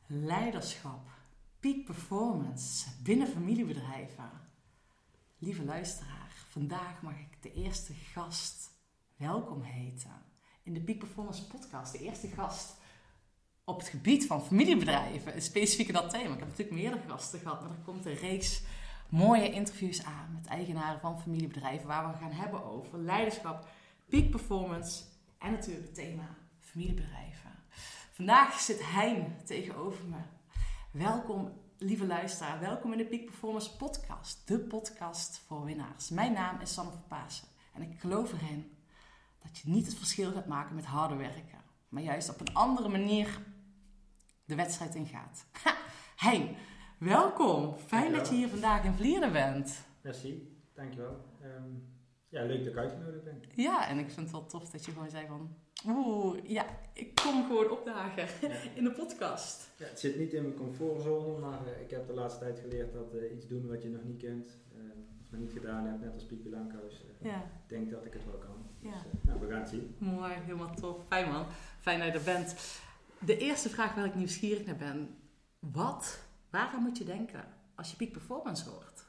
leiderschap, peak performance binnen familiebedrijven. Lieve luisteraar, vandaag mag ik de eerste gast welkom heten in de Peak Performance podcast. De eerste gast op het gebied van familiebedrijven, specifiek in dat thema. Ik heb natuurlijk meerdere gasten gehad, maar er komt een reeks mooie interviews aan met eigenaren van familiebedrijven waar we gaan hebben over leiderschap, peak performance en natuurlijk het thema familiebedrijven. Vandaag zit Hein tegenover me. Welkom, lieve luisteraar. Welkom in de Peak Performance podcast. De podcast voor winnaars. Mijn naam is Sanne van Pasen. En ik geloof erin dat je niet het verschil gaat maken met harde werken. Maar juist op een andere manier de wedstrijd ingaat. Hein, welkom. Fijn dat je hier vandaag in Vlieren bent. Merci, dankjewel. Leuk dat ik uitgenodigd ben. Ja, en ik vind het wel tof dat je gewoon zei van... ik kom gewoon opdagen in de podcast. Ja, het zit niet in mijn comfortzone, maar ik heb de laatste tijd geleerd dat iets doen wat je nog niet kent, of nog niet gedaan hebt, net als Pipi Langkous, denk dat ik het wel kan. Ja. Dus we gaan het zien. Mooi, helemaal tof. Fijn man, fijn dat je er bent. De eerste vraag waar ik nieuwsgierig naar ben, waaraan moet je denken als je peak performance hoort?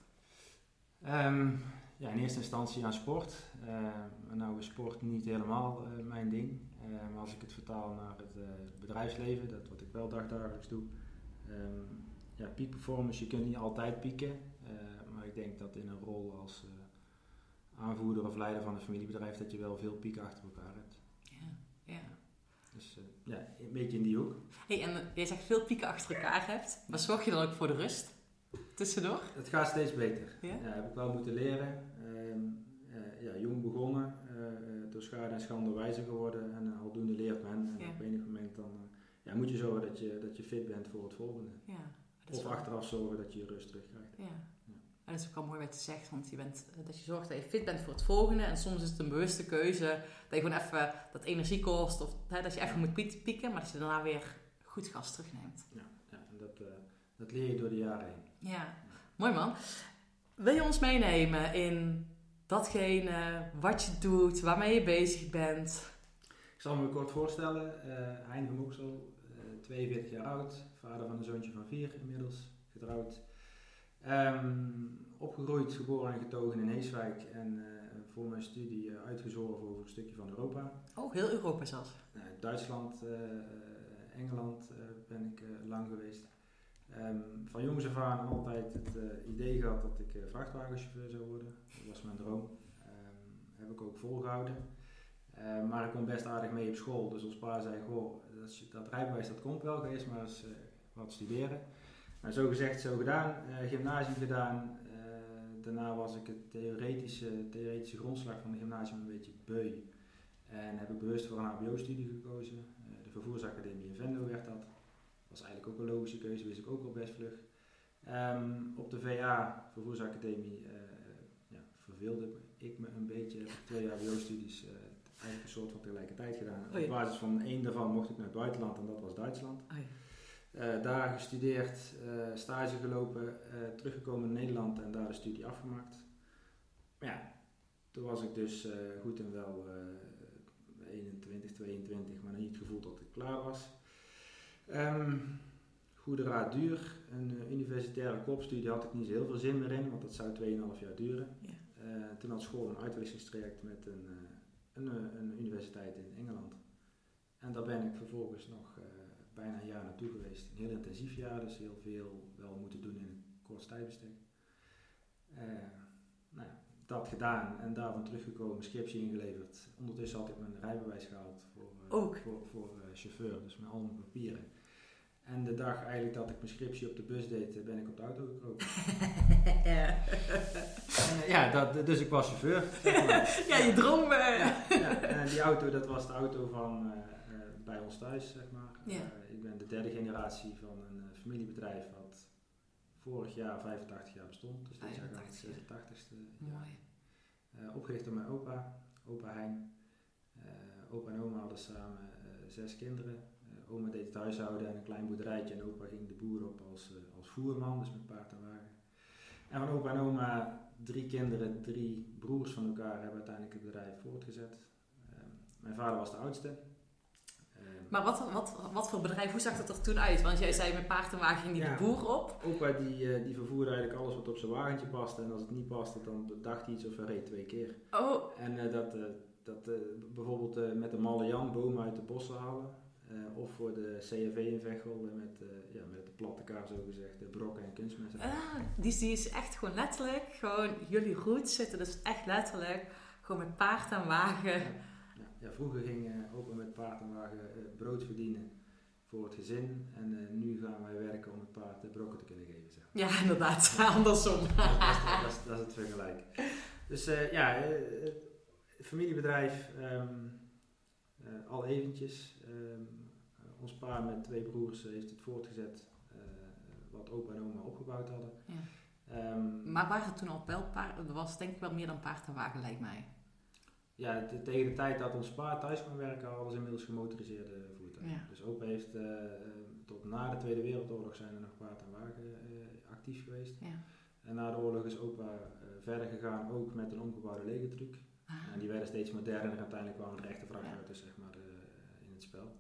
In eerste instantie aan sport. Nou is sport niet helemaal mijn ding. Maar als ik het vertaal naar het bedrijfsleven, dat wat ik wel dagdagelijks doe. Peak performance, je kunt niet altijd pieken. Maar ik denk dat in een rol als aanvoerder of leider van een familiebedrijf, dat je wel veel pieken achter elkaar hebt. Ja. Dus een beetje in die hoek. Hey, en jij zegt veel pieken achter elkaar hebt. Maar zorg je dan ook voor de rust tussendoor? Het gaat steeds beter. Ja? Heb ik wel moeten leren. Jong begonnen, door schade en schande wijzer geworden en aldoende leert men. En op enig moment dan moet je zorgen dat je fit bent voor het volgende. Ja, of achteraf zorgen dat je je rust terugkrijgt. Ja. En dat is ook wel mooi wat je zegt, want dat je zorgt dat je fit bent voor het volgende. En soms is het een bewuste keuze dat je gewoon even dat energie kost of dat je even moet pieken, maar dat je daarna weer goed gas terugneemt. Ja, en dat leer je door de jaren heen. Ja, mooi man. Wil je ons meenemen in datgene wat je doet, waarmee je bezig bent? Ik zal me kort voorstellen. Hein van Moksel, 42 jaar oud, vader van een zoontje van 4 inmiddels, getrouwd. Opgegroeid, geboren en getogen in Heeswijk en voor mijn studie uitgezworven over een stukje van Europa. Oh, heel Europa zelfs? Duitsland, Engeland ben ik lang geweest. Van jongs af aan altijd het idee gehad dat ik vrachtwagenchauffeur zou worden. Dat was mijn droom. Heb ik ook volgehouden. Maar ik kon best aardig mee op school. Dus ons pa zei, dat rijbewijs dat komt wel, ga eerst maar eens wat studeren. Nou, zo gezegd, zo gedaan. Gymnasium gedaan. Daarna was ik het theoretische grondslag van het gymnasium een beetje beu. En heb ik bewust voor een hbo-studie gekozen. De vervoersacademie in Venlo werd dat. Dat was eigenlijk ook een logische keuze, wist ik ook al best vlug. Op de VA, vervoersacademie, verveelde ik me een beetje. Ik heb 2 hbo-studies eigenlijk een soort van tegelijkertijd gedaan. Op basis van 1 daarvan mocht ik naar het buitenland en dat was Duitsland. Daar gestudeerd, stage gelopen, teruggekomen in Nederland en daar de studie afgemaakt. Maar toen was ik dus goed en wel 21, 22, maar nog niet het gevoel dat ik klaar was. Goede raad duur. Een universitaire kopstudie had ik niet zo heel veel zin meer in, want dat zou 2,5 jaar duren. Ja. Toen had school een uitwisselingstraject met een universiteit in Engeland. En daar ben ik vervolgens nog bijna een jaar naartoe geweest. Een heel intensief jaar, dus heel veel wel moeten doen in een kort tijdbestek. Dat gedaan en daarvan teruggekomen, scriptie ingeleverd. Ondertussen had ik mijn rijbewijs gehaald voor chauffeur, dus met al mijn papieren. En de dag eigenlijk dat ik mijn scriptie op de bus deed, ben ik op de auto gekropen. Dus ik was chauffeur. Zeg maar. Ja, je droom. En die auto, dat was de auto van bij ons thuis, zeg maar. Ja. Ik ben de 3e generatie van een familiebedrijf wat vorig jaar 85 jaar bestond. Dus dit jaar gaat het 86e jaar. Opgericht door mijn opa Hein. Opa en oma hadden samen 6 kinderen. Oma deed het huishouden en een klein boerderijtje en opa ging de boer op als voerman, dus met paard en wagen. En van opa en oma 3 kinderen, 3 broers van elkaar hebben uiteindelijk het bedrijf voortgezet. Mijn vader was de oudste. Maar wat voor bedrijf, hoe zag dat er toen uit? Want jij zei met paard en wagen ging die de boer op. Opa die vervoerde eigenlijk alles wat op zijn wagentje paste. En als het niet paste, dan dacht hij iets of hij reed 2 keer. Oh. En bijvoorbeeld met de Malle Jan bomen uit de bossen halen. Of voor de CFV in Veghel met de platte kaar zo gezegd, de brokken en kunstmest. Die is echt gewoon letterlijk, gewoon jullie roots zitten dus echt letterlijk gewoon met paard en wagen. Ja, vroeger ging opa met paard en wagen brood verdienen voor het gezin. En nu gaan wij werken om het paard de brokken te kunnen geven. Zeg maar. Ja, inderdaad. Andersom. Dat is het vergelijk. Dus familiebedrijf, al eventjes. Ons pa met 2 broers heeft het voortgezet wat opa en oma opgebouwd hadden. Ja. Maar waren het toen al wel paard? Er was denk ik wel meer dan paard en wagen, lijkt mij. Ja, tegen de tijd dat ons pa thuis kwam werken, hadden ze inmiddels gemotoriseerde voertuigen. Ja. Dus opa heeft tot na de Tweede Wereldoorlog zijn er nog paard en wagen actief geweest. Ja. En na de oorlog is opa verder gegaan, ook met een omgebouwde legertruck. En die werden steeds moderner en uiteindelijk kwamen er echte vrachtauto's zeg maar, in het spel.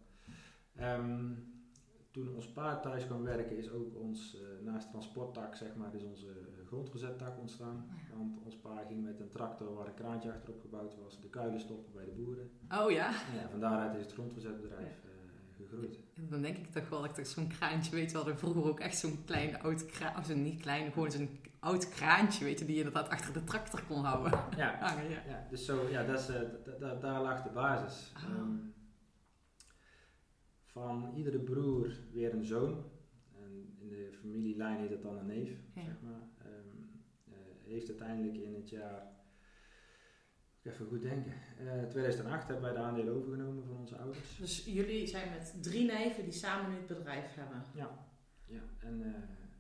Toen ons pa thuis kwam werken is ook ons, naast transporttak zeg maar, is onze grondverzettak ontstaan. Ja. Want ons pa ging met een tractor waar een kraantje achterop gebouwd was, de kuilen stoppen bij de boeren. Oh ja? Ja, van daaruit is het grondverzetbedrijf gegroeid. Dan denk ik toch wel dat ik zo'n kraantje, weet je wel, vroeger ook echt zo'n klein oud kraantje, of niet klein, gewoon zo'n oud kraantje, weet je, die je inderdaad achter de tractor kon houden. Ja, ja dus zo, ja, daar lag de basis. Oh. Van iedere broer weer een zoon. En in de familielijn heet het dan een neef, zeg maar. Heeft uiteindelijk in het jaar, even goed denken, 2008 hebben wij de aandelen overgenomen van onze ouders. Dus jullie zijn met 3 neven die samen nu het bedrijf hebben? Ja. En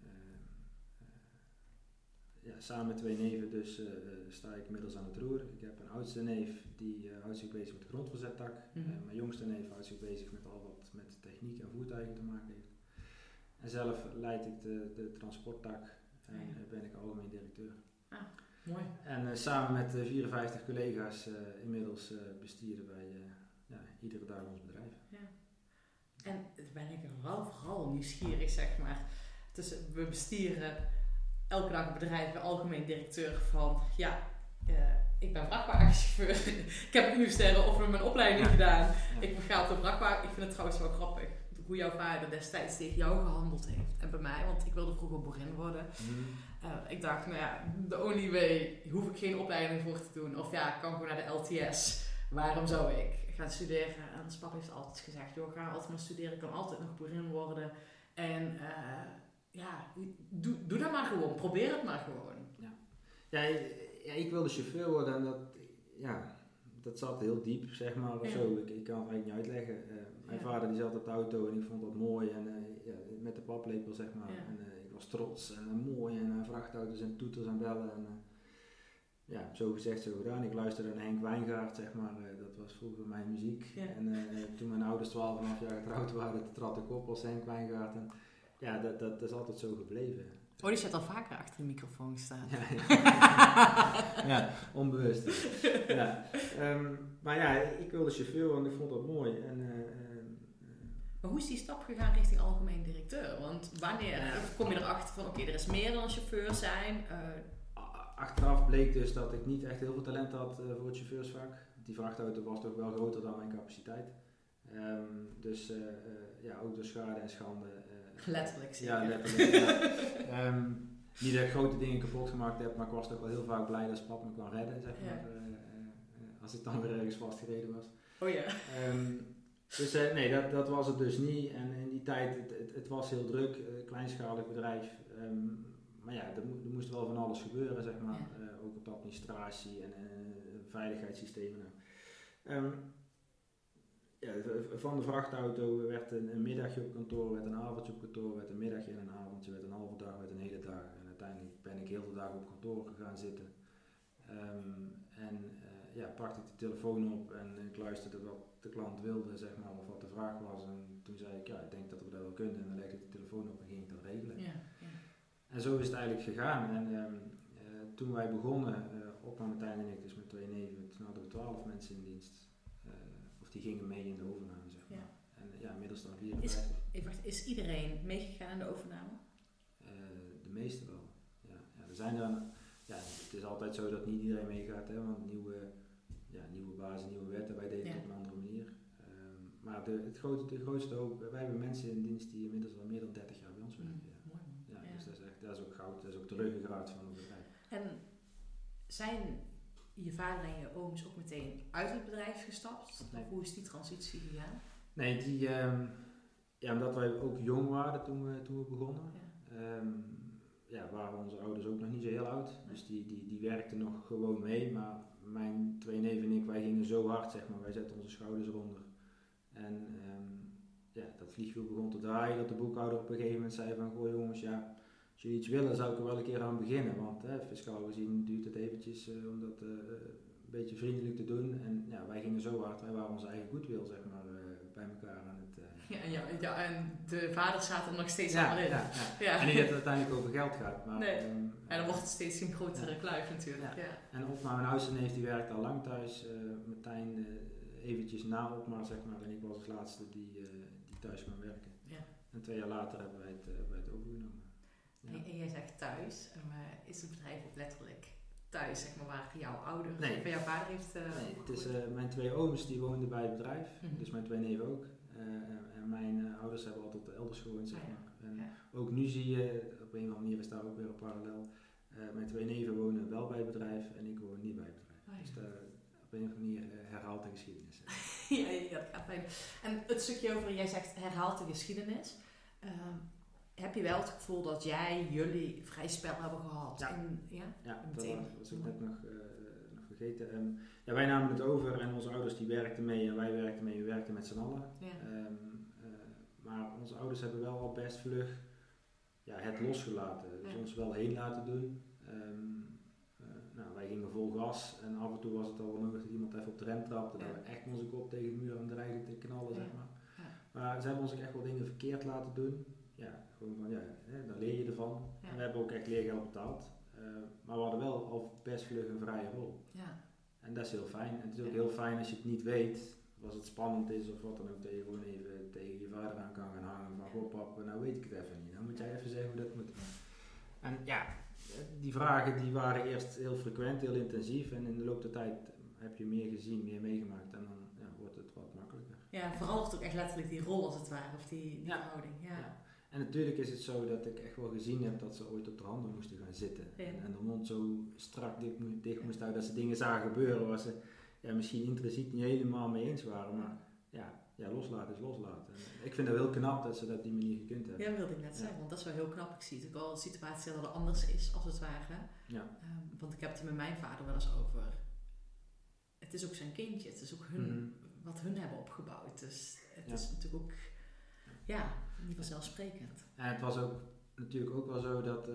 samen met 2 neven dus sta ik inmiddels aan het roer. Ik heb een oudste neef die houdt zich bezig met de grondverzettak. Mijn jongste neef houdt zich bezig met al wat met techniek en voertuigen te maken heeft. En zelf leid ik de transporttak en ben ik algemeen directeur. Ah, mooi. En samen met 54 collega's inmiddels bestieren wij iedere dag ons bedrijf. Ja. En ben ik vooral nieuwsgierig, zeg maar. Dus we bestieren elke dag een bedrijf, de algemeen directeur van, ik ben vrachtwagenchauffeur. Ik heb een UF-sterren of mijn opleiding gedaan. Ja. Ik ga op de vrachtwagen. Ik vind het trouwens wel grappig hoe jouw vader destijds tegen jou gehandeld heeft. En bij mij, want ik wilde vroeger boerin worden. Ik dacht, the only way, hoef ik geen opleiding voor te doen. Of ik kan gewoon naar de LTS. Waarom zou ik gaan studeren? En ons papa heeft altijd gezegd, joh, ga altijd maar studeren. Ik kan altijd nog boerin worden. En doe dat maar gewoon. Probeer het maar gewoon. Ja, ik wilde chauffeur worden en dat zat heel diep, zeg maar, of zo. Ik kan het eigenlijk niet uitleggen. Mijn vader die zat op de auto en ik vond dat mooi en met de paplepel, zeg maar. Ja. En ik was trots en mooi en vrachtauto's en toeters en bellen. En, zo gezegd, zo gedaan. Ik luisterde naar Henk Wijngaard, zeg maar. Dat was vroeger mijn muziek. Ja. En toen mijn ouders 12,5 jaar getrouwd waren, trad ik op als Henk Wijngaard. En dat is altijd zo gebleven. Oh, die zit al vaker achter de microfoon staan. Ja, onbewust. Maar ik wilde chauffeur en ik vond dat mooi. Maar hoe is die stap gegaan richting algemeen directeur? Want wanneer kom je erachter van, oké, er is meer dan een chauffeur zijn? Achteraf bleek dus dat ik niet echt heel veel talent had voor het chauffeursvak. Die vrachtauto was toch wel groter dan mijn capaciteit. Ook door schade en schande. Letterlijk zie je. Ja, letterlijk. Niet dat ik grote dingen kapot gemaakt heb, maar ik was toch wel heel vaak blij dat pap me kon redden, zeg maar. Als ik dan weer ergens vastgereden was. Oh ja. Dat was het dus niet. En in die tijd, het was heel druk, kleinschalig bedrijf. Maar er moest wel van alles gebeuren, zeg maar. Ook op de administratie en veiligheidssystemen. Van de vrachtauto werd een middagje op kantoor, werd een avondje op kantoor, werd een middagje en een avondje, werd een halve dag, werd een hele dag. En uiteindelijk ben ik heel de dag op kantoor gaan zitten. Pakte ik de telefoon op en ik luisterde wat de klant wilde, zeg maar, of wat de vraag was. En toen zei ik, ik denk dat we dat wel kunnen. En dan legde ik de telefoon op en ging ik dat regelen. Ja. En zo is het eigenlijk gegaan. En toen wij begonnen, Opma, Martijn en ik, dus met 2 neven, toen hadden we 12 mensen in dienst. Die gingen mee in de overname, zeg maar. inmiddels dan 54. Is iedereen meegegaan aan de overname? De meeste wel. Ja, er zijn er... Ja, het is altijd zo dat niet iedereen meegaat, hè, want nieuwe bazen, nieuwe wetten, wij deden het op een andere manier. Maar de grootste hoop, wij hebben mensen in dienst die inmiddels al meer dan 30 jaar bij ons werken. Mooi man. Dus dat is ook goud, dat is ook de ruggengraat van het bedrijf. En zijn je vader en je ooms ook meteen uit het bedrijf gestapt? Nee. Of hoe is die transitie gegaan? Nee, omdat wij ook jong waren toen we begonnen. Waren onze ouders ook nog niet zo heel oud. Dus die werkten nog gewoon mee. Maar mijn twee neven en ik, wij gingen zo hard, zeg maar. Wij zetten onze schouders eronder. En dat vliegwiel begon te draaien. Dat de boekhouder op een gegeven moment zei van... Goh jongens, als jullie iets willen, zou ik er wel een keer aan beginnen. Want fiscaal gezien duurt het eventjes om dat een beetje vriendelijk te doen. En wij gingen zo hard. Wij waren onze eigen goodwill, zeg maar, bij elkaar aan het... en de vaders zaten er nog steeds allemaal in. Ja. En niet dat het uiteindelijk over geld gaat. Maar, en dan wordt het steeds een grotere kluif natuurlijk. Ja. En Otmar, mijn oudste neef, die werkt al lang thuis. Martijn eventjes na Otmar, zeg maar. En ik was als laatste die thuis kwam werken. Ja. En 2 jaar later hebben wij het overgenomen. Ja. En jij zegt thuis. Is het bedrijf ook letterlijk thuis, zeg maar, waar jouw ouders of jouw vader heeft... Nee, het is mijn 2 ooms die woonden bij het bedrijf. Dus mijn 2 neven ook. En mijn ouders hebben altijd elders gewoond, zeg maar. En ook nu zie je, op een of andere manier is daar ook weer een parallel. Mijn 2 neven wonen wel bij het bedrijf en ik woon niet bij het bedrijf. Dus op een of andere manier herhaalt de geschiedenis. Ja, dat gaat fijn. En het stukje over, jij zegt herhaalt de geschiedenis. Heb je wel het gevoel dat jullie vrij spel hebben gehad? Ja, dat was ik net nog vergeten. Wij namen het over en onze ouders die werkten mee en wij werkten mee. We werkten met z'n allen. Ja. Maar onze ouders hebben wel al best vlug het losgelaten. Dus ons wel heen laten doen. Wij gingen vol gas en af en toe was het al wel nodig dat iemand even op de rem trapte. Dat we echt onze kop tegen de muur aan dreigen te knallen, zeg maar. Maar ze hebben ons ook echt wel dingen verkeerd laten doen. Gewoon van, daar leer je ervan. En we hebben ook echt leergeld betaald. Maar we hadden wel al best vlug een vrije rol. Ja. En dat is heel fijn. En het is ook heel fijn als je het niet weet, als het spannend is of wat dan ook, dat je gewoon even tegen je vader aan kan gaan hangen van, goh pap, nou weet ik het even niet. Dan moet jij even zeggen hoe dat moet. En die vragen die waren eerst heel frequent, heel intensief. En in de loop der tijd heb je meer gezien, meer meegemaakt. En dan wordt het wat makkelijker. Ja, verandert ook echt letterlijk die rol als het ware, of die verhouding. Ja. En natuurlijk is het zo dat ik echt wel gezien heb dat ze ooit op de handen moesten gaan zitten. Ja. En de mond zo strak dicht moest houden dat ze dingen zagen gebeuren waar ze misschien intrinsiek niet helemaal mee eens waren. Maar loslaten is loslaten. En ik vind het heel knap dat ze dat op die manier gekund hebben. Ja, wilde ik net zeggen, want dat is wel heel knap. Ik zie het ook wel een situatie dat het anders is, als het ware. Ja. Want ik heb het er met mijn vader wel eens over. Het is ook zijn kindje, het is ook wat hun hebben opgebouwd. Dus het is natuurlijk ook... niet vanzelfsprekend. En het was ook natuurlijk ook wel zo dat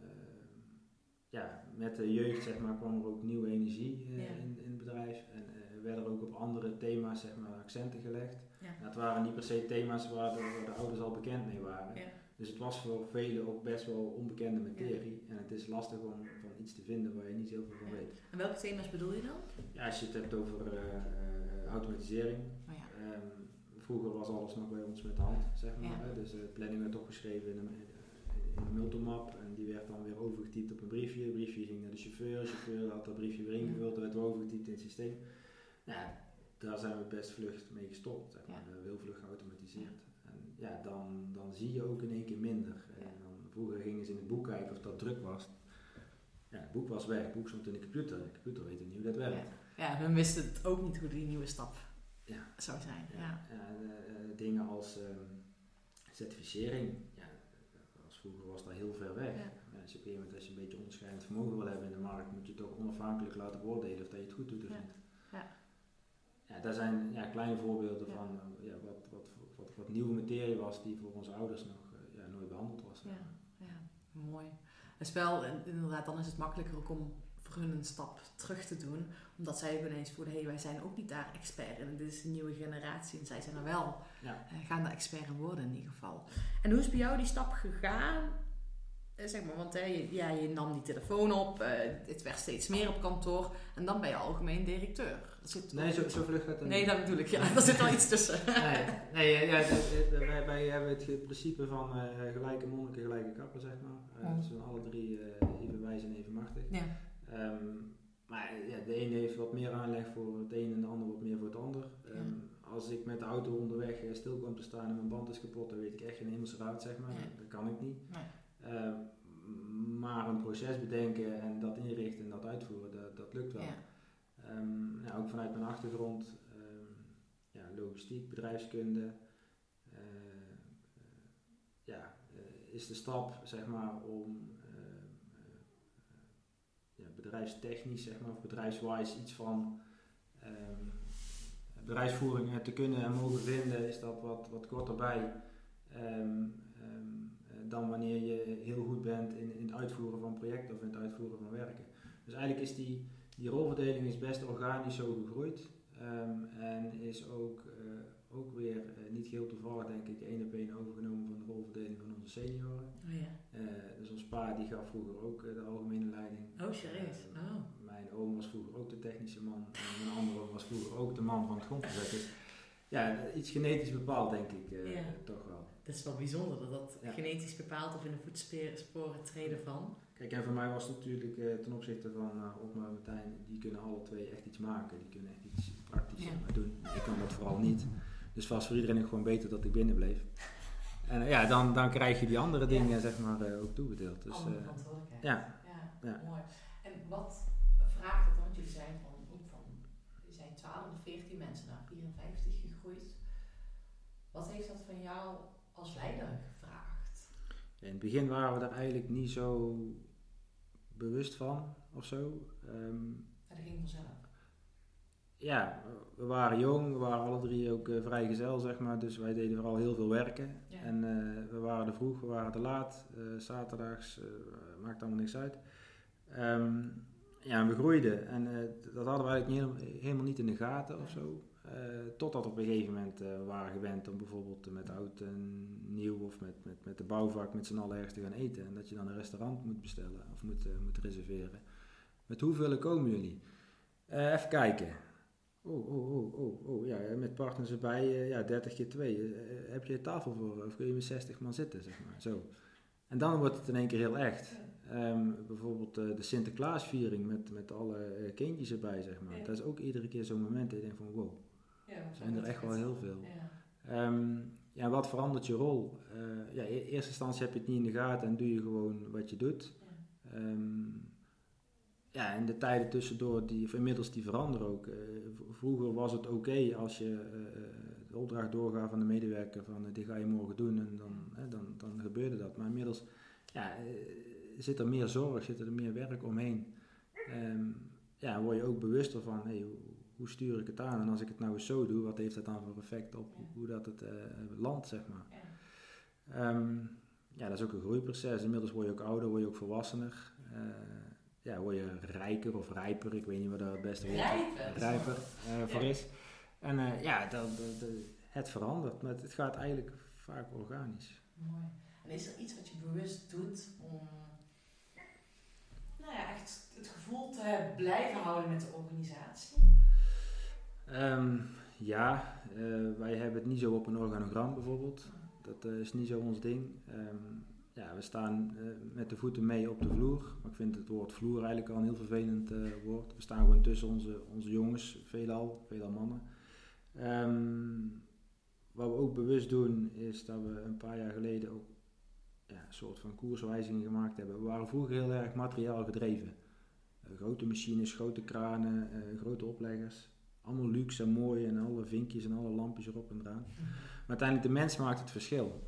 met de jeugd, zeg maar, kwam er ook nieuwe energie in het bedrijf. En werden er ook op andere thema's, zeg maar, accenten gelegd. Ja. Het waren niet per se thema's waar de ouders al bekend mee waren. Ja. Dus het was voor velen ook best wel onbekende materie. Ja. En het is lastig om van iets te vinden waar je niet heel veel van weet. En welke thema's bedoel je dan? Ja, als je het hebt over automatisering. Vroeger was alles nog bij ons met de hand, zeg maar. Dus de planning werd opgeschreven in een multimap en die werd dan weer overgetypt op een briefje. Het briefje ging naar de chauffeur had dat briefje weer ingevuld, dat werd weer overgetypt in het systeem. Daar zijn we best vlug mee gestopt, zeg maar. We hebben heel vlug geautomatiseerd. En dan zie je ook in één keer minder. En dan, vroeger gingen ze in het boek kijken of dat druk was. Het boek was weg, het boek stond in de computer. De computer weet niet hoe dat werkt. Ja, we wisten het ook niet hoe die nieuwe stap zou zijn. Dingen als certificering, vroeger was dat heel ver weg. Als je op een gegeven moment, als je een beetje onderscheidend vermogen wil hebben in de markt, moet je toch onafhankelijk laten beoordelen of dat je het goed doet of niet. Daar zijn kleine voorbeelden van wat nieuwe materie was die voor onze ouders nog nooit behandeld was. Mooi. Het is wel, inderdaad, dan is het makkelijker ook om voor hun een stap terug te doen, omdat zij ook ineens voelen, wij zijn ook niet daar expert in, dit is een nieuwe generatie en zij zijn er wel, gaan de expert in worden in ieder geval. En hoe is bij jou die stap gegaan zeg maar, want je nam die telefoon op, het werd steeds meer op kantoor en dan ben je algemeen directeur. Nee, zo vlug gaat het. Nee, dat bedoel ik, ja. Er zit wel iets tussen. Wij hebben het principe van gelijke monniken, gelijke kappen, zeg maar. Dus we zijn alle 3 even wijs en even machtig. Ja. Maar de ene heeft wat meer aanleg voor het een en de ander wat meer voor het ander. Als ik met de auto onderweg stil kom te staan en mijn band is kapot, dan weet ik echt geen hemelse raad, zeg maar. Nee. Dat kan ik niet. Nee. Maar een proces bedenken en dat inrichten en dat uitvoeren, dat lukt wel. Ja. Ook vanuit mijn achtergrond, logistiek, bedrijfskunde, is de stap, zeg maar, om bedrijfstechnisch, zeg maar, of bedrijfswise iets van bedrijfsvoering te kunnen en mogen vinden, is dat wat korter bij dan wanneer je heel goed bent in het uitvoeren van projecten of in het uitvoeren van werken. Dus eigenlijk is die rolverdeling is best organisch zo gegroeid en is ook weer niet geheel toevallig, denk ik, 1 op 1 overgenomen van de rolverdeling van onze senioren. Oh ja. Dus ons pa die gaf vroeger ook de algemene leiding. Oh, serieus? Mijn oom was vroeger ook de technische man en mijn andere oom was vroeger ook de man van het grondverzet. Dus ja, iets genetisch bepaald, denk ik, toch wel. Dat is wel bijzonder dat genetisch bepaald of in de voetsporen treden van. Kijk, en voor mij was het natuurlijk ten opzichte van Otmar en Martijn, die kunnen alle 2 echt iets maken. Die kunnen echt iets praktisch doen. Ik kan dat vooral niet. Dus was voor iedereen ook gewoon beter dat ik binnen bleef. En dan krijg je die andere dingen zeg maar ook toebedeeld. Dus, andere verantwoordelijkheid. Ja. Mooi. En wat vraagt het, want jullie zijn je zijn 12 of 14 mensen naar 54 gegroeid. Wat heeft dat van jou als leider gevraagd? In het begin waren we daar eigenlijk niet zo bewust van of zo. Dat ging vanzelf. Ja, we waren jong, we waren alle 3 ook vrijgezel, zeg maar, dus wij deden vooral heel veel werken. Ja. En we waren er vroeg, we waren er laat, zaterdags, maakt allemaal niks uit. En we groeiden en dat hadden we eigenlijk helemaal niet in de gaten of zo. Totdat we op een gegeven moment waren gewend om bijvoorbeeld met oud en nieuw of met de bouwvak met z'n allen ergens te gaan eten. En dat je dan een restaurant moet bestellen of moet reserveren. Met hoeveel komen jullie? Even kijken. Ja, met partners erbij, 30 keer 2. Heb je tafel voor of kun je met 60 man zitten, zeg maar, zo. En dan wordt het in één keer heel echt. Bijvoorbeeld de Sinterklaasviering met alle kindjes erbij, zeg maar. Dat is ook iedere keer zo'n moment dat je denkt van wow, zijn er echt wel heel veel. Wat verandert je rol? In eerste instantie heb je het niet in de gaten en doe je gewoon wat je doet. En de tijden tussendoor, inmiddels die veranderen ook. Vroeger was het oké als je de opdracht doorgaf aan de medewerker van dit ga je morgen doen en dan gebeurde dat. Maar inmiddels zit er meer zorg, zit er meer werk omheen. Word je ook bewuster van hoe stuur ik het aan en als ik het nou eens zo doe, wat heeft dat dan voor effect op hoe dat het landt, zeg maar. Dat is ook een groeiproces. Inmiddels word je ook ouder, word je ook volwassener. Word je rijker of rijper, ik weet niet wat daar het beste woord rijper voor is. En het verandert, maar het gaat eigenlijk vaak organisch. Mooi. En is er iets wat je bewust doet om echt het gevoel te blijven houden met de organisatie? Wij hebben het niet zo op een organogram bijvoorbeeld. Dat is niet zo ons ding. We staan met de voeten mee op de vloer. Maar ik vind het woord vloer eigenlijk al een heel vervelend woord. We staan gewoon tussen onze jongens, veelal mannen. Wat we ook bewust doen is dat we een paar jaar geleden ook een soort van koerswijziging gemaakt hebben. We waren vroeger heel erg materiaal gedreven. Grote machines, grote kranen, grote opleggers. Allemaal luxe en mooi en alle vinkjes en alle lampjes erop en eraan. Maar uiteindelijk de mens maakt het verschil.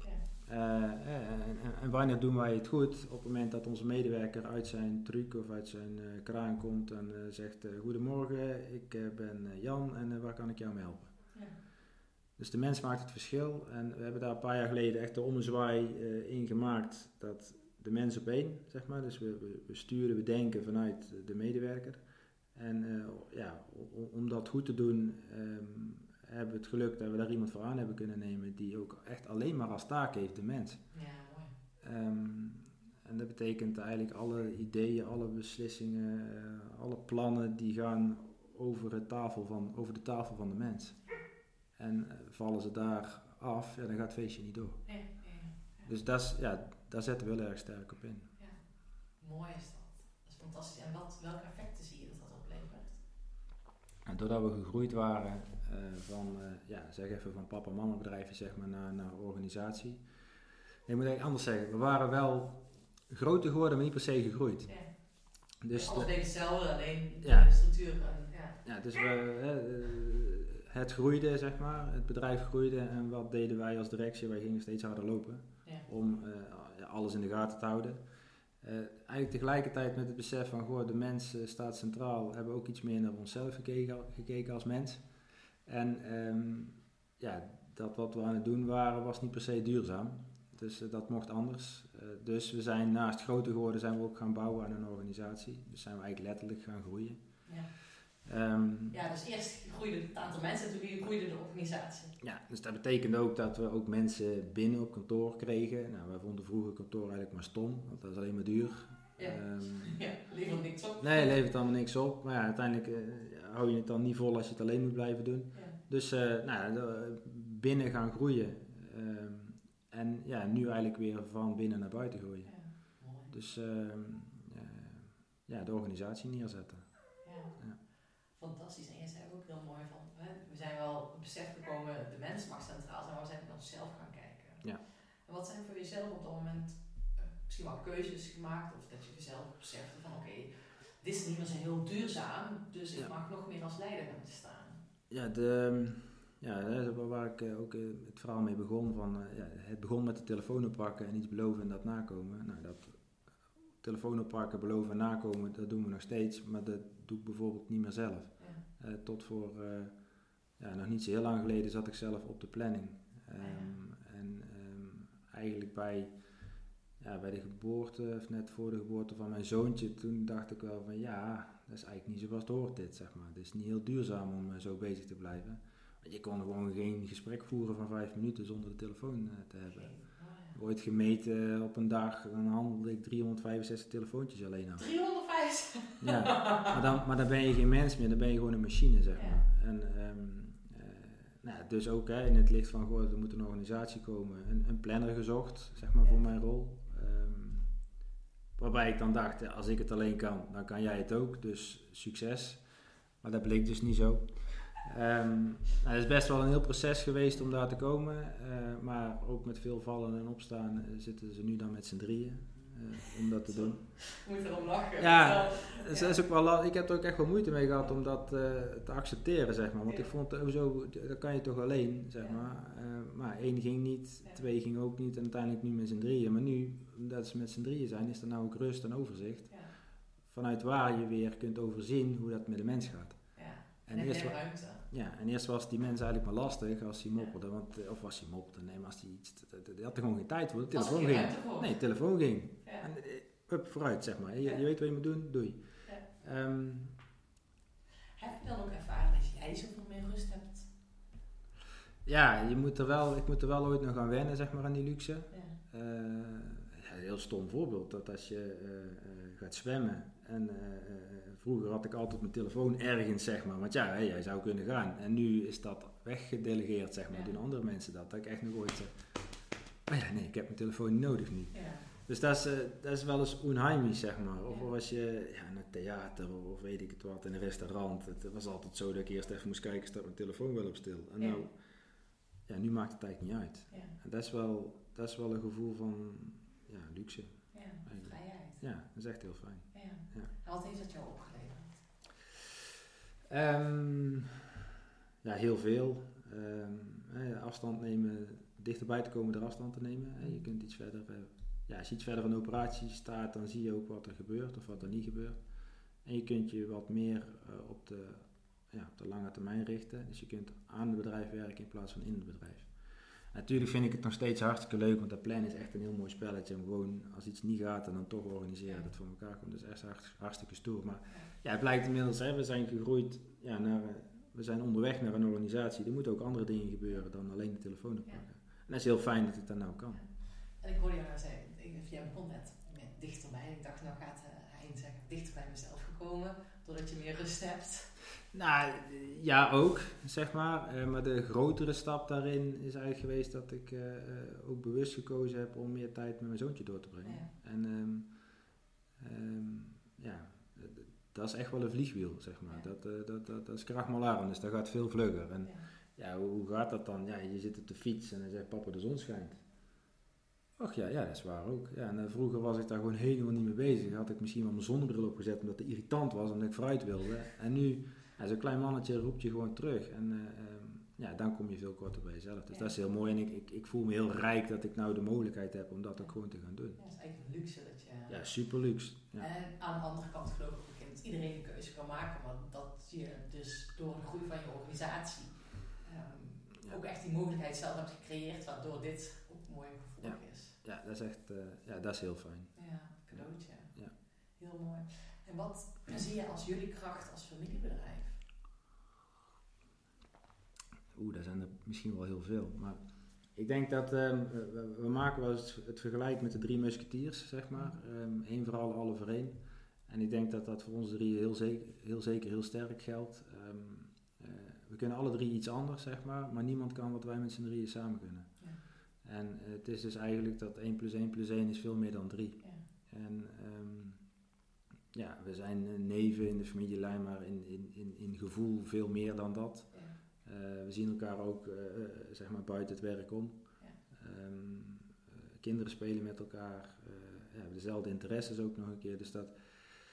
En wanneer doen wij het goed? Op het moment dat onze medewerker uit zijn truc of uit zijn kraan komt en zegt goedemorgen, ik ben Jan en waar kan ik jou mee helpen? Ja. Dus de mens maakt het verschil en we hebben daar een paar jaar geleden echt de ommezwaai in gemaakt dat de mens op één, zeg maar, dus we sturen, we denken vanuit de medewerker en om dat goed te doen hebben we het geluk dat we daar iemand voor aan hebben kunnen nemen die ook echt alleen maar als taak heeft de mens. Ja, mooi. En dat betekent eigenlijk alle ideeën, alle beslissingen, alle plannen die gaan over de tafel van de mens. En vallen ze daar af, dan gaat het feestje niet door. Ja. Dus daar zetten we heel erg sterk op in. Ja. Mooi is dat. Dat is fantastisch. En welke effecten zie je dat oplevert? En doordat we gegroeid waren van papa-mama bedrijven zeg maar, naar organisatie. Ik moet eigenlijk anders zeggen, we waren wel groter geworden, maar niet per se gegroeid. Ja. Dus alles bleef hetzelfde, alleen Ja. de structuur. Dus het groeide, zeg maar, het bedrijf groeide en wat deden wij als directie? Wij gingen steeds harder lopen om alles in de gaten te houden. Eigenlijk tegelijkertijd met het besef van, de mens staat centraal, hebben we ook iets meer naar onszelf gekeken als mens. En dat wat we aan het doen waren, was niet per se duurzaam. Dus dat mocht anders. Dus we zijn naast groter geworden, zijn we ook gaan bouwen aan een organisatie. Dus zijn we eigenlijk letterlijk gaan groeien. Dus eerst groeide het aantal mensen en toen groeide de organisatie. Ja, dus dat betekende ook dat we ook mensen binnen op kantoor kregen. Nou, wij vonden vroeger kantoor eigenlijk maar stom, want dat is alleen maar duur. Levert niks op. Nee, levert allemaal niks op. Maar uiteindelijk hou je het dan niet vol als je het alleen moet blijven doen. Ja. Dus binnen gaan groeien. En nu eigenlijk weer van binnen naar buiten groeien. Ja, mooi. Dus de organisatie neerzetten. Ja. Fantastisch. En je zei ook heel mooi van, we zijn wel op besef gekomen, de mens mag centraal zijn, maar we zijn naar onszelf gaan kijken. Ja. En wat zijn voor jezelf op dat moment misschien wel keuzes gemaakt, of dat je jezelf besefte van dit is niet meer zo heel duurzaam, dus ik mag nog meer als leider gaan staan. Waar ik ook het verhaal mee begon, het begon met de telefoon oppakken en iets beloven en dat nakomen. Nou, dat telefoon oppakken, beloven en nakomen, dat doen we nog steeds, maar dat doe ik bijvoorbeeld niet meer zelf. Ja. Tot voor nog niet zo heel lang geleden zat ik zelf op de planning. Eigenlijk bij de geboorte, of net voor de geboorte van mijn zoontje, toen dacht ik wel van dat is eigenlijk niet zoals het hoort dit, zeg maar. Het is niet heel duurzaam om zo bezig te blijven. Je kon gewoon geen gesprek voeren van 5 minuten zonder de telefoon te hebben. Ooit gemeten op een dag, dan handelde ik 365 telefoontjes alleen af. 365? Ja, maar dan ben je geen mens meer, dan ben je gewoon een machine, zeg maar. En dus ook in het licht van, er moet een organisatie komen, een planner gezocht, zeg maar, voor mijn rol. Waarbij ik dan dacht, als ik het alleen kan, dan kan jij het ook, dus succes. Maar dat bleek dus niet zo. Het is best wel een heel proces geweest om daar te komen, maar ook met veel vallen en opstaan zitten ze nu dan met z'n drieën om dat te doen. Je moet erom lachen. Ja, dat is ook wel, ik heb er ook echt wel moeite mee gehad om dat te accepteren, zeg maar. Want ik vond sowieso, dat kan je toch alleen, zeg maar. Maar 1 ging niet, 2 ging ook niet en uiteindelijk nu met z'n drieën. Maar nu, omdat ze met z'n drieën zijn, is er nou ook rust en overzicht. Ja. Vanuit waar je weer kunt overzien hoe dat met de mens gaat. En ruimte. En eerst was die mens eigenlijk maar lastig als hij mopperde, maar als hij iets, hij had er gewoon geen tijd voor, de telefoon ging. Nee, de telefoon ging. Ja. En vooruit, zeg maar. Je weet wat je moet doen, doei. Ja. Heb je dan ook ervaren dat jij zoveel meer rust hebt? Ja, ik moet er wel ooit nog aan wennen, zeg maar, aan die luxe. Ja. Een heel stom voorbeeld, dat als je gaat zwemmen en vroeger had ik altijd mijn telefoon ergens, zeg maar, want jij zou kunnen gaan. En nu is dat weggedelegeerd, zeg maar, doen andere mensen dat. Dat ik echt nog ooit zeg, ik heb mijn telefoon niet nodig nu. Ja. Dus dat is wel eens onheimisch, zeg maar. Of als je naar theater of weet ik het wat, in een restaurant. Het was altijd zo dat ik eerst even moest kijken, staat mijn telefoon wel op stil. En nu maakt het eigenlijk niet uit. Ja. En dat is wel een gevoel van luxe. Ja, vrijheid. Ja, dat is echt heel fijn. Ja. En wat heeft dat jou opgeleverd? Heel veel. Afstand nemen, dichterbij te komen door afstand te nemen. Je kunt iets verder, als je iets verder van de operatie staat, dan zie je ook wat er gebeurt of wat er niet gebeurt. En je kunt je wat meer op de lange termijn richten. Dus je kunt aan het bedrijf werken in plaats van in het bedrijf. Natuurlijk vind ik het nog steeds hartstikke leuk, want dat plannen is echt een heel mooi spelletje. En gewoon als iets niet gaat en dan toch organiseren dat het voor elkaar komt. Dat is echt hartstikke stoer. Maar het blijkt inmiddels, we zijn gegroeid we zijn onderweg naar een organisatie. Er moeten ook andere dingen gebeuren dan alleen de telefoon oppakken. En dat is heel fijn dat het dan nou kan. En ik hoorde jou nou zeggen, jij begon net met gekomen doordat je meer rust hebt? Nou, ja ook, zeg maar. Maar de grotere stap daarin is eigenlijk geweest dat ik ook bewust gekozen heb om meer tijd met mijn zoontje door te brengen. Ja. En dat is echt wel een vliegwiel, zeg maar. Ja. Dat is krachtmalarm, dus dat gaat veel vlugger. En Ja. hoe gaat dat dan? Ja, je zit op de fiets en dan zegt papa de zon schijnt. Och ja, dat is waar ook. Ja, en vroeger was ik daar gewoon helemaal niet mee bezig. Had ik misschien wel mijn zonnebril opgezet omdat het irritant was, omdat ik vooruit wilde. En nu, zo'n klein mannetje roept je gewoon terug. En dan kom je veel korter bij jezelf. Dus dat is heel mooi. En ik voel me heel rijk dat ik nou de mogelijkheid heb om dat ook gewoon te gaan doen. Ja, dat is eigenlijk een luxe dat je... Ja, super luxe. Ja. En aan de andere kant geloof ik ook dat iedereen een keuze kan maken. Maar dat je dus door een groei van je organisatie ook echt die mogelijkheid zelf hebt gecreëerd. Waardoor dit ook een mooi gevolg is. Ja, dat is echt dat is heel fijn. Ja, cadeautje. Ja. Heel mooi. En wat zie je als jullie kracht als familiebedrijf? Dat zijn er misschien wel heel veel. Maar ik denk dat we maken wel eens het vergelijk met de 3 musketiers, zeg maar. 1 voor alle voor één. En ik denk dat dat voor ons 3 heel zeker heel sterk geldt. We kunnen alle 3 iets anders, zeg maar niemand kan wat wij met z'n 3 samen kunnen. Ja. En het is dus eigenlijk dat 1 + 1 + 1 is veel meer dan 3. Ja. En we zijn neven in de familielijn, maar in gevoel veel meer dan dat. Ja. We zien elkaar ook zeg maar buiten het werk om. Ja. Kinderen spelen met elkaar. We hebben dezelfde interesses ook nog een keer. Dus dat,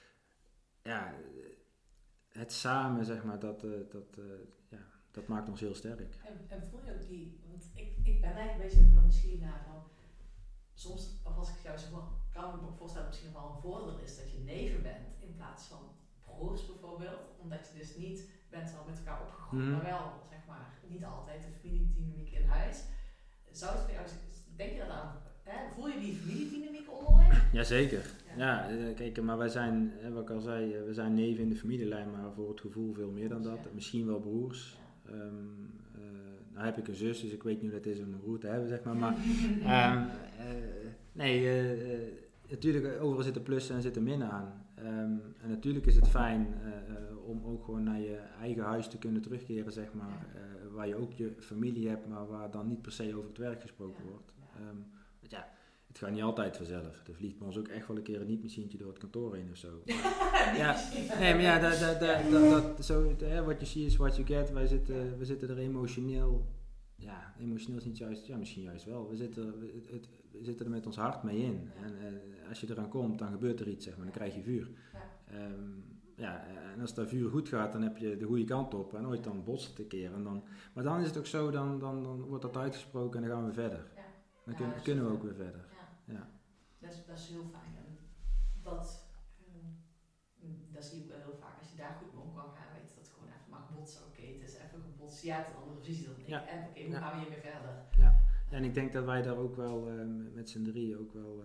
het samen, zeg maar, dat maakt ons heel sterk. En voel je ook die, want ik ben eigenlijk een beetje van misschien naar van, soms, of als ik jou zeg, kan ik me ook voorstellen dat het misschien nog wel een voordeel is dat je neven bent in plaats van broers bijvoorbeeld, omdat je dus niet bent al met elkaar opgegroeid, maar wel, zeg maar, niet altijd de familiedynamiek in huis. Zou het voor jou, denk je dat aan, voel je die familiedynamiek onderling? Jazeker. Ja, kijk, maar wij zijn, wat ik al zei, we zijn neven in de familielijn, maar voor het gevoel veel meer dan dat. Misschien wel broers. Ja. Nou heb ik een zus, dus ik weet niet hoe dat is om een broer te hebben, zeg maar. Natuurlijk, overal zitten plussen en zitten minnen aan. En natuurlijk is het fijn om ook gewoon naar je eigen huis te kunnen terugkeren, zeg maar. Waar je ook je familie hebt, maar waar dan niet per se over het werk gesproken wordt. Het gaat niet altijd vanzelf. Er vliegt bij ons ook echt wel een keer een niet-machientje door het kantoor heen of zo. Wat je ziet is wat je get. We zitten er emotioneel. Ja, emotioneel is niet juist. Ja, misschien juist wel. We zitten er met ons hart mee in. En als je eraan komt, dan gebeurt er iets, zeg maar. Dan krijg je vuur. En als dat vuur goed gaat, dan heb je de goede kant op. En ooit dan botst het een keer. Maar dan is het ook zo, dan wordt dat uitgesproken en dan gaan we verder. Dan kunnen we ook weer verder. Ja. Dat is heel fijn. En dat zie ik wel heel vaak. Als je daar goed mee om kan gaan, weet je dat het gewoon even mag botsen. Oké, het is even gebotst. Ja, het is een andere visie dan ik. En hoe gaan we hiermee verder? Ja, en ik denk dat wij daar ook wel met z'n 3 ook wel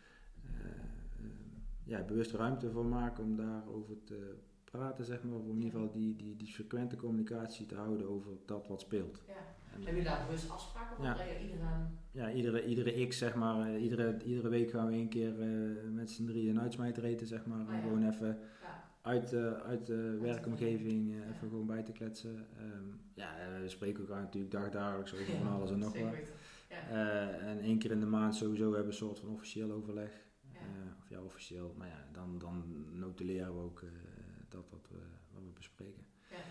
bewust ruimte voor maken om daarover te praten, zeg maar. Om in ieder geval die frequente communicatie te houden over dat wat speelt. Ja. Hebben jullie daar bewust afspraken over? Ja, iedere x, zeg maar, iedere week gaan we 1 keer met z'n 3 een uitsmijter eten, zeg maar. En gewoon even uit de werkomgeving even gewoon bij te kletsen. We spreken elkaar natuurlijk dagelijks over van alles en nog wat. En 1 keer in de maand sowieso hebben we een soort van officieel overleg. Officieel, maar dan notuleren we ook wat we bespreken.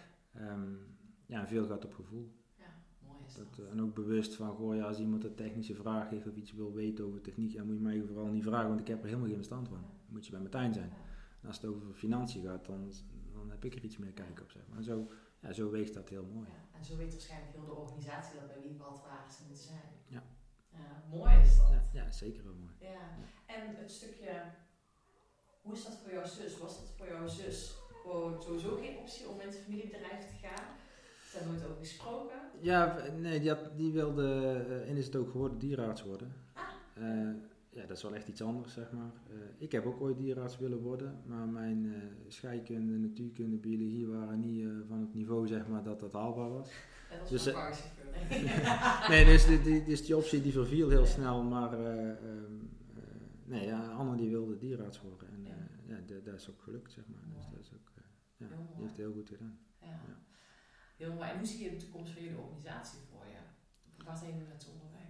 En veel gaat op gevoel. En ook bewust van, als iemand een technische vraag heeft of iets wil weten over techniek, dan moet je mij vooral niet vragen, want ik heb er helemaal geen verstand van. Dan moet je bij Martijn zijn. En als het over financiën gaat, dan heb ik er iets meer kijk op, zeg maar. En zo weegt dat heel mooi. Ja, en zo weet waarschijnlijk heel de organisatie dat bij wie wat waar ze moeten zijn. Ja. Mooi is dat. Ja, zeker wel mooi. Ja. En het stukje, hoe is dat voor jouw zus? Was dat voor jouw zus gewoon sowieso geen optie om in het familiebedrijf te gaan? Is daar nooit over gesproken? Ja, nee, die wilde, en is het ook geworden, dierenarts worden. Dat is wel echt iets anders, zeg maar. Ik heb ook ooit dierenarts willen worden, maar mijn scheikunde, natuurkunde, biologie waren niet van het niveau, zeg maar, dat haalbaar was. Dat was dus, nee, dus die optie die verviel heel snel, maar Anne die wilde dierenarts worden. En dat is ook gelukt, zeg maar. Dus dat is ook, die heeft het heel goed gedaan. Ja. Heel mooi. En hoe zie je de toekomst van jullie organisatie voor je? Waar zijn jullie met z'n onderweg?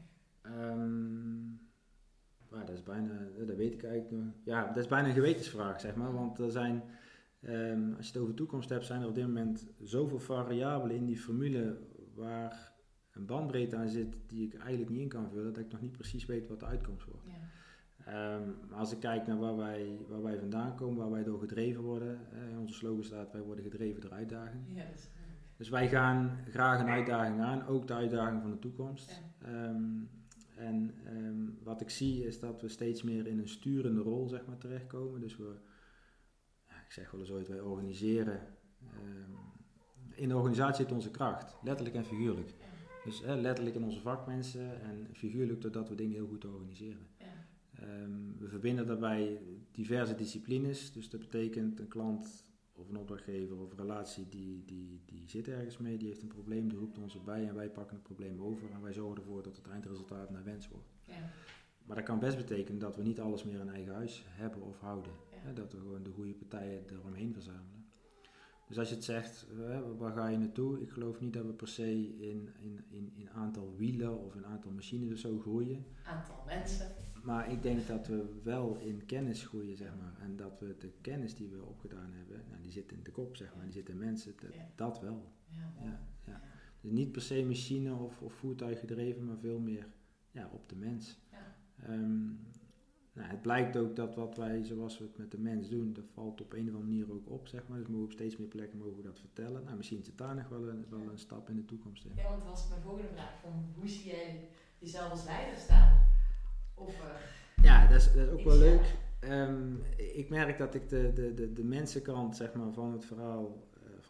Dat is bijna, dat weet ik eigenlijk nog. Ja, dat is bijna een gewetensvraag, zeg maar. Want er zijn, als je het over toekomst hebt, zijn er op dit moment zoveel variabelen in die formule waar een bandbreedte aan zit die ik eigenlijk niet in kan vullen, dat ik nog niet precies weet wat de uitkomst wordt. Ja. Maar als ik kijk naar waar wij vandaan komen, waar wij door gedreven worden, in onze slogan staat, wij worden gedreven door uitdaging. Ja, dat is dus wij gaan graag een uitdaging aan, ook de uitdaging van de toekomst. Ja. Wat ik zie is dat we steeds meer in een sturende rol, zeg maar, terechtkomen. Dus ik zeg wel eens ooit, wij organiseren. In de organisatie zit onze kracht, letterlijk en figuurlijk. Dus letterlijk in onze vakmensen en figuurlijk doordat we dingen heel goed organiseren. Ja. We verbinden daarbij diverse disciplines, dus dat betekent een klant of een opdrachtgever of een relatie die zit ergens mee, die heeft een probleem, die roept ons erbij en wij pakken het probleem over en wij zorgen ervoor dat het eindresultaat naar wens wordt. Ja. Maar dat kan best betekenen dat we niet alles meer in eigen huis hebben of houden. Ja. Dat we gewoon de goede partijen eromheen verzamelen. Dus als je het zegt, waar ga je naartoe? Ik geloof niet dat we per se in aantal wielen of in aantal machines of zo groeien. Aantal mensen. Maar ik denk dat we wel in kennis groeien, zeg maar. En dat we de kennis die we opgedaan hebben, die zit in de kop, zeg maar. Die zit in mensen, dat wel. Ja. Dus niet per se machine of voertuig gedreven, maar veel meer op de mens. Ja. Het blijkt ook dat wat wij, zoals we het met de mens doen, dat valt op een of andere manier ook op, zeg maar. Dus op steeds meer plekken mogen we dat vertellen. Nou, misschien zit daar nog wel een stap in de toekomst in. Ja, want dat was mijn volgende vraag. Hoe zie jij jezelf als leider staan? Ja, dat is ook wel leuk. Ik merk dat ik de mensenkant, zeg maar, van het verhaal,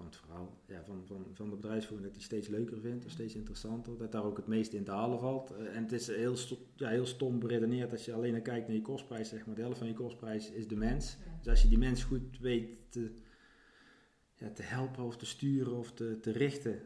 van de bedrijfsvoering, dat die steeds leuker vind, en steeds interessanter, dat daar ook het meeste in te halen valt. En het is heel stom beredeneerd als je alleen maar kijkt naar je kostprijs, zeg maar. De helft van je kostprijs is de mens. Ja. Dus als je die mens goed weet te helpen of te sturen of te richten,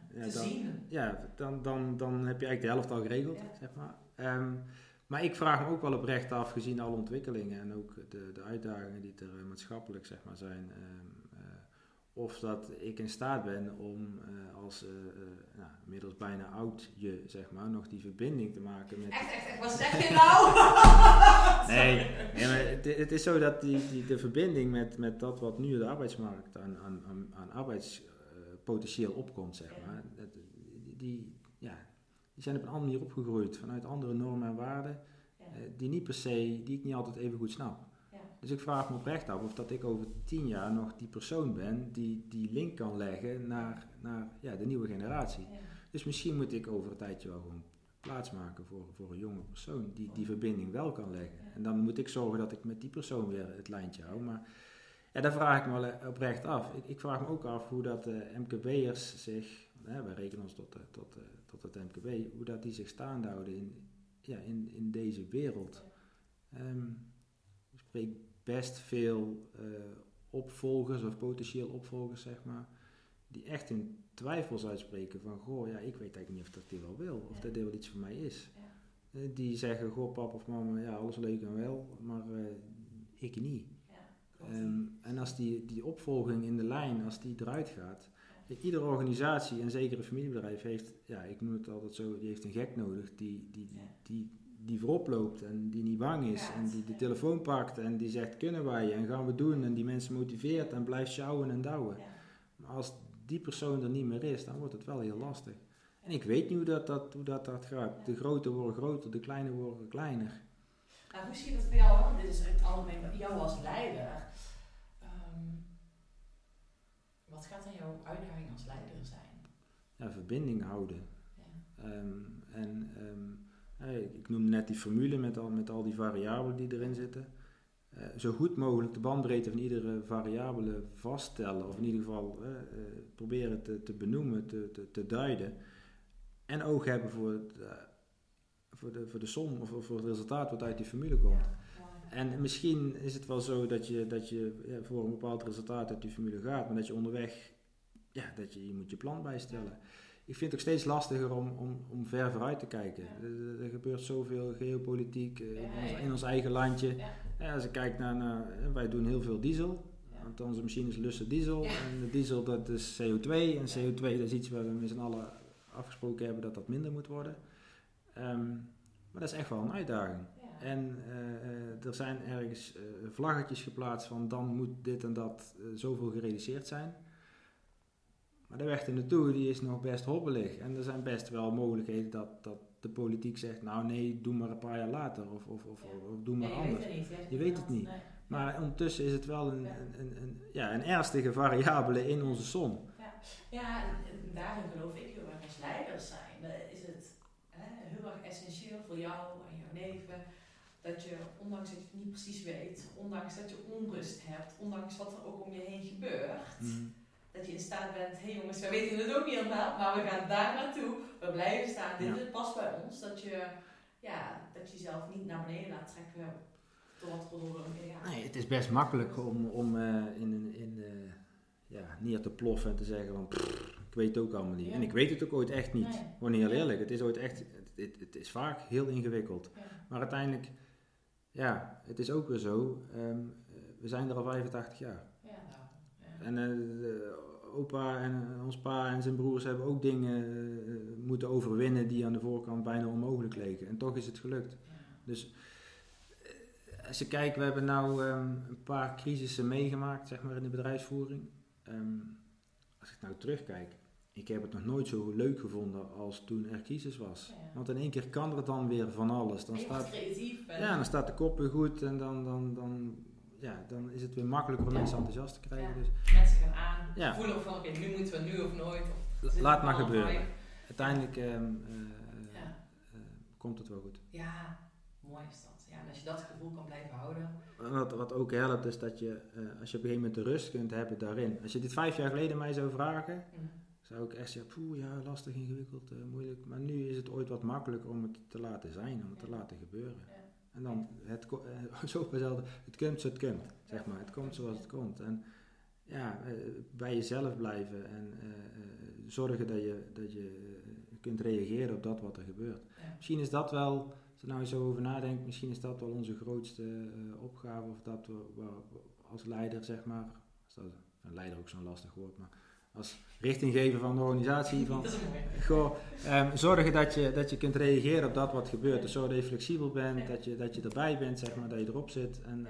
dan heb je eigenlijk de helft al geregeld, zeg maar. Maar ik vraag me ook wel oprecht af, gezien alle ontwikkelingen en ook de uitdagingen die er maatschappelijk, zeg maar, zijn, of dat ik in staat ben om inmiddels bijna oud zeg maar, nog die verbinding te maken met... Echt, wat zeg je nou? Nee, maar het is zo dat de verbinding met dat wat nu de arbeidsmarkt aan arbeidspotentieel opkomt, zeg maar, die zijn op een andere manier opgegroeid, vanuit andere normen en waarden, die ik niet altijd even goed snap. Ja. Dus ik vraag me oprecht af of dat ik over 10 jaar nog die persoon ben die link kan leggen naar de nieuwe generatie. Ja. Dus misschien moet ik over een tijdje wel gewoon plaats maken voor een jonge persoon die verbinding wel kan leggen. Ja. En dan moet ik zorgen dat ik met die persoon weer het lijntje hou. Maar daar vraag ik me wel oprecht af. Ik vraag me ook af hoe dat MKB'ers zich... wij rekenen ons tot het MKB, hoe dat die zich staande houden in deze wereld. Ik spreek best veel opvolgers of potentieel opvolgers, zeg maar, die echt hun twijfels uitspreken van, ik weet eigenlijk niet of dat dit wel wil, of dat dit wel iets voor mij is. Ja. Die zeggen, pap of mama, alles leuk en wel, maar ik niet. Ja, en als die opvolging in de lijn, als die eruit gaat, iedere organisatie en zeker een familiebedrijf heeft, ik noem het altijd zo, die heeft een gek nodig die voorop loopt en die niet bang is en die de telefoon pakt en die zegt, kunnen wij en gaan we doen en die mensen motiveert en blijft sjouwen en douwen. Ja. Maar als die persoon er niet meer is, dan wordt het wel heel lastig. En ik weet niet hoe dat gaat. De grote worden groter, de kleine worden kleiner. Nou, hoe zie je dat bij jou? Dit is het algemeen bij jou als leider. Wat gaat dan jouw uitdaging als leider zijn? Verbinding houden. Ja. Ik noemde net die formule met al die variabelen die erin zitten. Zo goed mogelijk de bandbreedte van iedere variabele vaststellen. Of in ieder geval proberen te benoemen, te duiden. En oog hebben voor de som of voor het resultaat wat uit die formule komt. Ja. En misschien is het wel zo dat je voor een bepaald resultaat uit die formule gaat, maar dat je onderweg, je moet je plan bijstellen. ik vind het ook steeds lastiger om ver vooruit te kijken. Ja. Er gebeurt zoveel geopolitiek in ons eigen landje. Ja. Ja, als ik kijk naar wij doen heel veel diesel. Ja. Want onze machines lussen diesel. Ja. En de diesel dat is CO2. En CO2 dat is iets waar we met z'n allen afgesproken hebben dat minder moet worden. Maar dat is echt wel een uitdaging. Ja. En er zijn ergens vlaggetjes geplaatst van dan moet dit en dat zoveel gerealiseerd zijn. Maar de weg er naartoe die is nog best hobbelig. En er zijn best wel mogelijkheden dat de politiek zegt, nou nee, doe maar een paar jaar later of doe maar anders. Je weet het niet. Nee. Maar ondertussen is het wel een ernstige variabele in onze som. Ja, en daarin geloof ik heel erg als leiders zijn. Is het heel erg essentieel voor jou en jouw leven dat je, ondanks dat je het niet precies weet, ondanks dat je onrust hebt, ondanks wat er ook om je heen gebeurt, dat je in staat bent, hé jongens, we weten het ook niet allemaal, maar we gaan daar naartoe, we blijven staan, dit past bij ons, dat je jezelf niet naar beneden laat trekken door wat er door Nee, het is best makkelijk om neer te ploffen en te zeggen van, ik weet het ook allemaal niet. Ja. En ik weet het ook ooit echt niet. Nee. Gewoon heel eerlijk, het is ooit echt, het is vaak heel ingewikkeld. Ja. Maar uiteindelijk, het is ook weer zo, we zijn er al 85 jaar. Ja. En opa en ons pa en zijn broers hebben ook dingen moeten overwinnen die aan de voorkant bijna onmogelijk leken. En toch is het gelukt. Ja. Dus als je kijkt, we hebben nou een paar crisissen meegemaakt, zeg maar, in de bedrijfsvoering. Als ik nou terugkijk, ik heb het nog nooit zo leuk gevonden als toen er crisis was. Ja. Want in één keer kan er dan weer van alles. Dan staat, creatief. Dan staat de kop weer goed en dan is het weer makkelijker om mensen enthousiast te krijgen. Ja. Dus mensen gaan voelen van oké, nu moeten we nu of nooit. Laat maar gebeuren. Uiteindelijk komt het wel goed. Ja, mooi is dat. Ja, en als je dat gevoel kan blijven houden. Wat ook helpt is dat je, als je op een gegeven moment de rust kunt hebben daarin. Als je dit 5 jaar geleden mij zou vragen, zou ik echt zeggen, lastig, ingewikkeld, moeilijk. Maar nu is het ooit wat makkelijker om het te laten zijn, om het te laten gebeuren. Ja. En dan, het komt zoals het komt, zeg maar. Het komt zoals het komt. En bij jezelf blijven en zorgen dat je kunt reageren op dat wat er gebeurt. Ja. Misschien is dat wel, als je nou zo over nadenkt, misschien is dat wel onze grootste opgave, of dat we als leider, zeg maar, een leider ook zo'n lastig woord, maar als richtinggever van de organisatie, van zorgen dat je kunt reageren op dat wat gebeurt. Dus zorg dat je flexibel bent, dat je erbij bent, zeg maar, dat je erop zit. En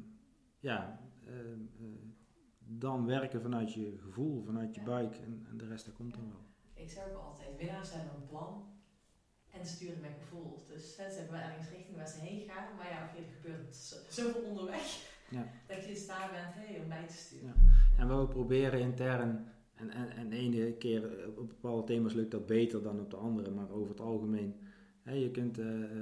dan werken vanuit je gevoel, vanuit je buik en de rest, dat komt dan wel. Ik zeg ook altijd, winnaars hebben een plan en sturen met gevoel. Dus ze hebben wel ergens richting waar ze heen gaan, maar er gebeurt zoveel onderweg dat je in staat bent om bij te sturen. Ja. En we proberen intern. En de ene keer op bepaalde thema's lukt dat beter dan op de andere, maar over het algemeen. Je kunt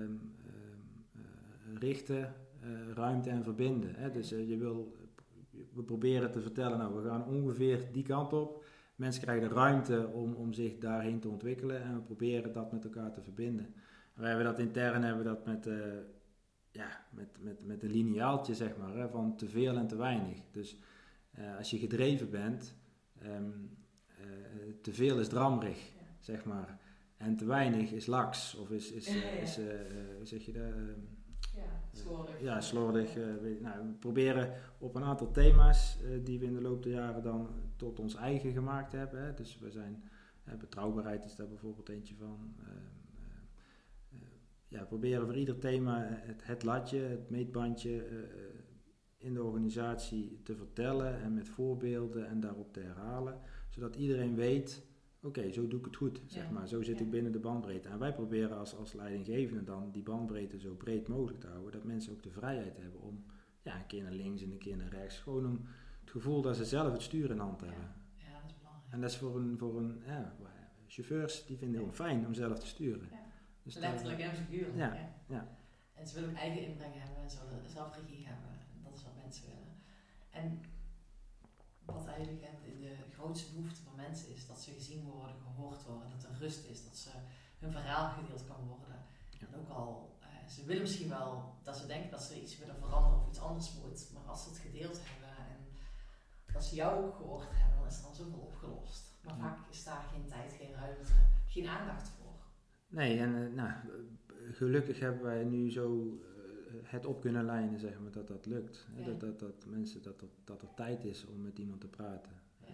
richten, ruimte en verbinden. Dus we proberen te vertellen, nou we gaan ongeveer die kant op. Mensen krijgen de ruimte om zich daarheen te ontwikkelen en we proberen dat met elkaar te verbinden. En wij hebben dat intern met een lineaaltje, zeg maar, van te veel en te weinig. Dus als je gedreven bent, te veel is drammerig, zeg maar, en te weinig is laks, of hoe zeg je dat? Slordig. Slordig. We proberen op een aantal thema's die we in de loop der jaren dan tot ons eigen gemaakt hebben. Hè. Dus we zijn, betrouwbaarheid is daar bijvoorbeeld eentje van. Proberen voor ieder thema het latje, het meetbandje in de organisatie te vertellen en met voorbeelden en daarop te herhalen, zodat iedereen weet, oké, zo doe ik het goed, zeg maar. Zo zit ik binnen de bandbreedte. En wij proberen als leidinggevende dan die bandbreedte zo breed mogelijk te houden, dat mensen ook de vrijheid hebben om een keer naar links en een keer naar rechts, gewoon om het gevoel dat ze zelf het stuur in hand hebben. Ja, dat is belangrijk. En dat is voor een chauffeurs, die vinden het heel fijn om zelf te sturen. Ja. Dus letterlijk en figuurlijk. Ja. En ze willen ook eigen inbreng hebben en ze willen zelfregie hebben. Dat is wat mensen willen. En wat eigenlijk de grootste behoefte van mensen is, dat ze gezien worden, gehoord worden, dat er rust is, dat ze hun verhaal gedeeld kan worden. Ja. En ook al, ze willen misschien wel dat ze denken dat ze iets willen veranderen of iets anders moet, maar als ze het gedeeld hebben en dat ze jou ook gehoord hebben, dan is er al zoveel opgelost. Maar vaak is daar geen tijd, geen ruimte, geen aandacht voor. Nee, en gelukkig hebben wij nu zo het op kunnen lijnen, zeg maar, dat lukt. Ja. Dat mensen, dat er tijd is om met iemand te praten. Ja.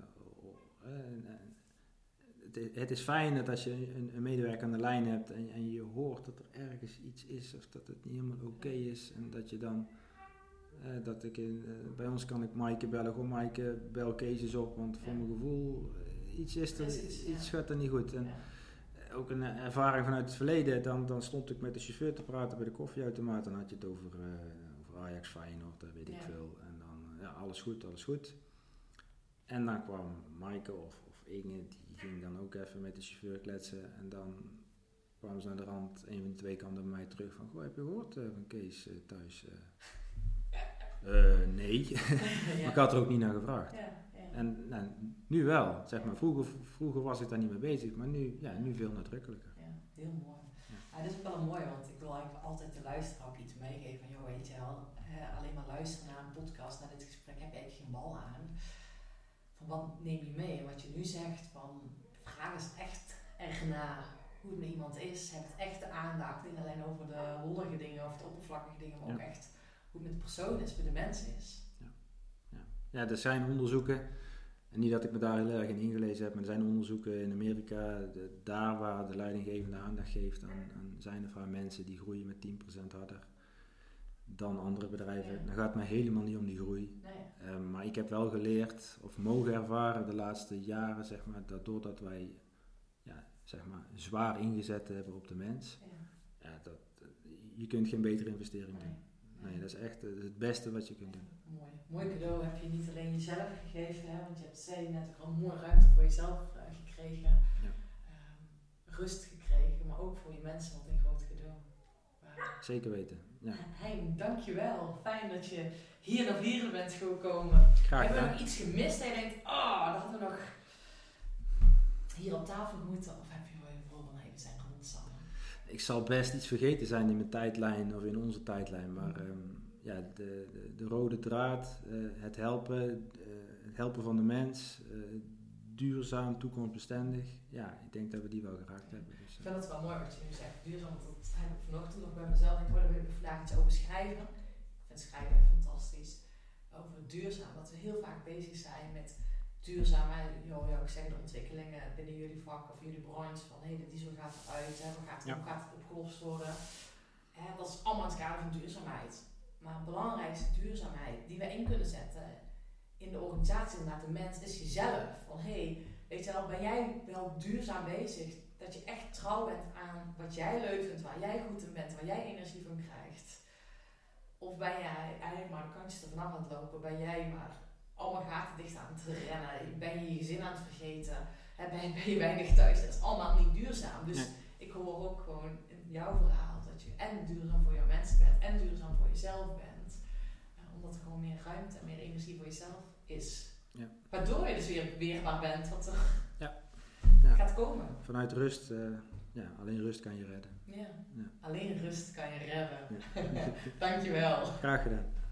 Het is fijn dat als je een medewerker aan de lijn hebt en je hoort dat er ergens iets is of dat het niet helemaal oké is en dat je dan, bij ons kan ik Maaike bellen, gewoon Maaike, bel Kees eens op, want voor mijn gevoel, iets gaat er niet goed. En ook een ervaring vanuit het verleden, dan stond ik met de chauffeur te praten bij de koffieautomaat, dan had je het over Ajax, Feyenoord, weet ik veel. En dan, alles goed. En dan kwam Maaike of Inge, die ging dan ook even met de chauffeur kletsen. En dan kwamen ze naar de rand, een van de twee kwam bij mij terug van, goh, heb je gehoord van Kees thuis? Nee, maar ik had er ook niet naar gevraagd. En nu wel, zeg maar. Vroeger was ik daar niet mee bezig, maar nu veel nadrukkelijker. Ja, heel mooi. Ja, dit is ook wel een mooie, want ik wil eigenlijk altijd de luisteraar ook iets meegeven van, joh, weet je wel, alleen maar luisteren naar een podcast, naar dit gesprek, heb je eigenlijk geen bal aan. Van wat neem je mee? En wat je nu zegt, van vraag eens echt ernaar hoe het met iemand is. Heb het echt de aandacht, niet alleen over de lollige dingen of de oppervlakkige dingen, maar ook echt hoe het met de persoon is, hoe de mens is. Ja, er zijn onderzoeken, en niet dat ik me daar heel erg in ingelezen heb, maar er zijn onderzoeken in Amerika, daar waar de leidinggevende aandacht geeft aan zijn of haar mensen, die groeien met 10% harder dan andere bedrijven. Dan gaat het mij helemaal niet om die groei. Nee. Maar ik heb wel geleerd, of mogen ervaren de laatste jaren, zeg maar, dat doordat wij zwaar ingezet hebben op de mens, je kunt geen betere investering doen. Nee, dat is echt het beste wat je kunt doen. Mooi cadeau heb je niet alleen jezelf gegeven, hè, want je hebt, zei je net, ook al een mooie ruimte voor jezelf gekregen. Ja. Rust gekregen, maar ook voor je mensen, wat een groot cadeau. Zeker weten. Ja. Hein, dankjewel. Fijn dat je hier naar Vlieren bent gekomen. Graag hebben we nog iets gemist en je denkt, dat hadden we nog hier op tafel moeten, of heb je bijvoorbeeld even zijn rondzamen? Ik zal best iets vergeten zijn in mijn tijdlijn of in onze tijdlijn, maar de rode draad, het helpen van de mens, duurzaam, toekomstbestendig, ik denk dat we die wel geraakt hebben. Dus, ik vind het wel mooi wat je nu zegt, duurzaam, want dat heb ik vanochtend nog bij mezelf, daar wil ik vandaag iets over schrijven. Ik vind schrijven fantastisch, over duurzaam, dat we heel vaak bezig zijn met duurzaamheid, ik zeg de ontwikkelingen binnen jullie vak of jullie branche, van de diesel gaat eruit, hoe gaat het opgelost worden. Dat is allemaal in het kader van duurzaamheid. Maar de belangrijkste duurzaamheid die we in kunnen zetten in de organisatie, naar de mens, is jezelf. Van weet je wel, ben jij wel duurzaam bezig? Dat je echt trouw bent aan wat jij leuk vindt, waar jij goed in bent, waar jij energie van krijgt. Of ben jij eigenlijk maar de kantjes ervan af aan het lopen, ben jij maar allemaal gaten dicht aan het rennen, ben je je gezin aan het vergeten, ben je weinig thuis, dat is allemaal niet duurzaam. Dus ik hoor ook gewoon in jouw verhaal dat je en duurzaam voor jouw mensen bent en duurzaam voor jezelf bent. Omdat er gewoon meer ruimte en meer energie voor jezelf is. Ja. Waardoor je dus weer weerbaar bent wat er gaat komen. Vanuit rust, alleen rust kan je redden. Ja. Alleen rust kan je redden. Ja. Dankjewel. Graag gedaan.